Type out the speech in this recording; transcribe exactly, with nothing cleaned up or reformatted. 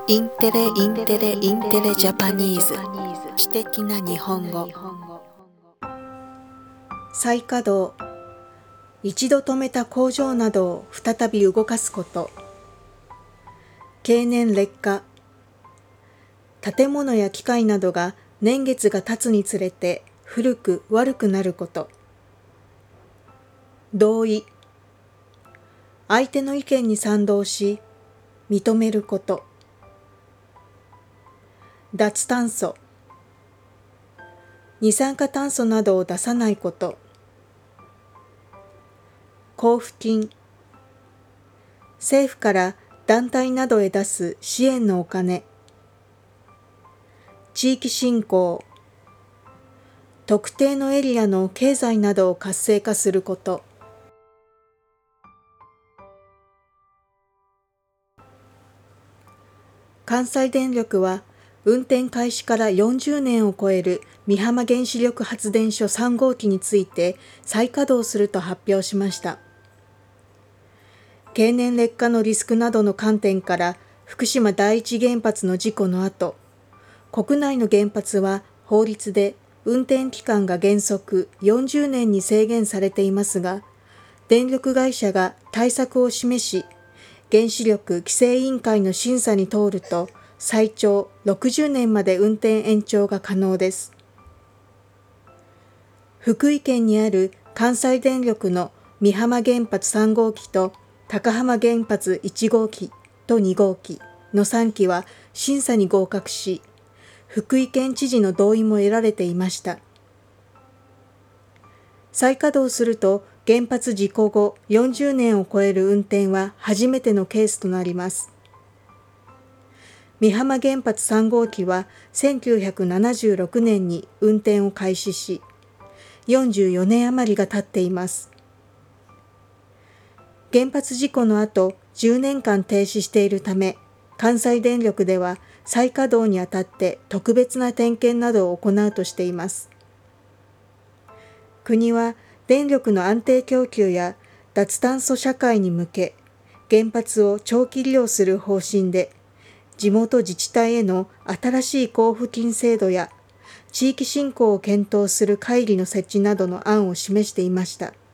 インテレインテレインテレジャパニーズ知的な日本語。再稼働、一度止めた工場などを再び動かすこと。経年劣化、建物や機械などが年月が経つにつれて古く悪くなること。同意、相手の意見に賛同し認めること。脱炭素、二酸化炭素などを出さないこと。交付金、政府から団体などへ出す支援のお金。地域振興、特定のエリアの経済などを活性化すること。関西電力は運転開始からよんじゅうねんを超える美浜原子力発電所さんごうきについて再稼働すると発表しました。経年劣化のリスクなどの観点から福島第一原発の事故の後、国内の原発は法律で運転期間が原則よんじゅうねんに制限されていますが、電力会社が対策を示し、原子力規制委員会の審査に通ると最長ろくじゅうねんまで運転延長が可能です。福井県にある関西電力の美浜原発さんごうきと高浜原発いちごうきとにごうきのさんきは審査に合格し、福井県知事の同意も得られていました。再稼働すると原発事故後よんじゅうねんを超える運転は初めてのケースとなります。美浜原発さんごうきはせんきゅうひゃくななじゅうろくねんに運転を開始し、よんじゅうよねん余りが経っています。原発事故の後、じゅうねんかん停止しているため、関西電力では再稼働にあたって特別な点検などを行うとしています。国は電力の安定供給や脱炭素社会に向け、原発を長期利用する方針で、地元自治体への新しい交付金制度や地域振興を検討する会議の設置などの案を示していました。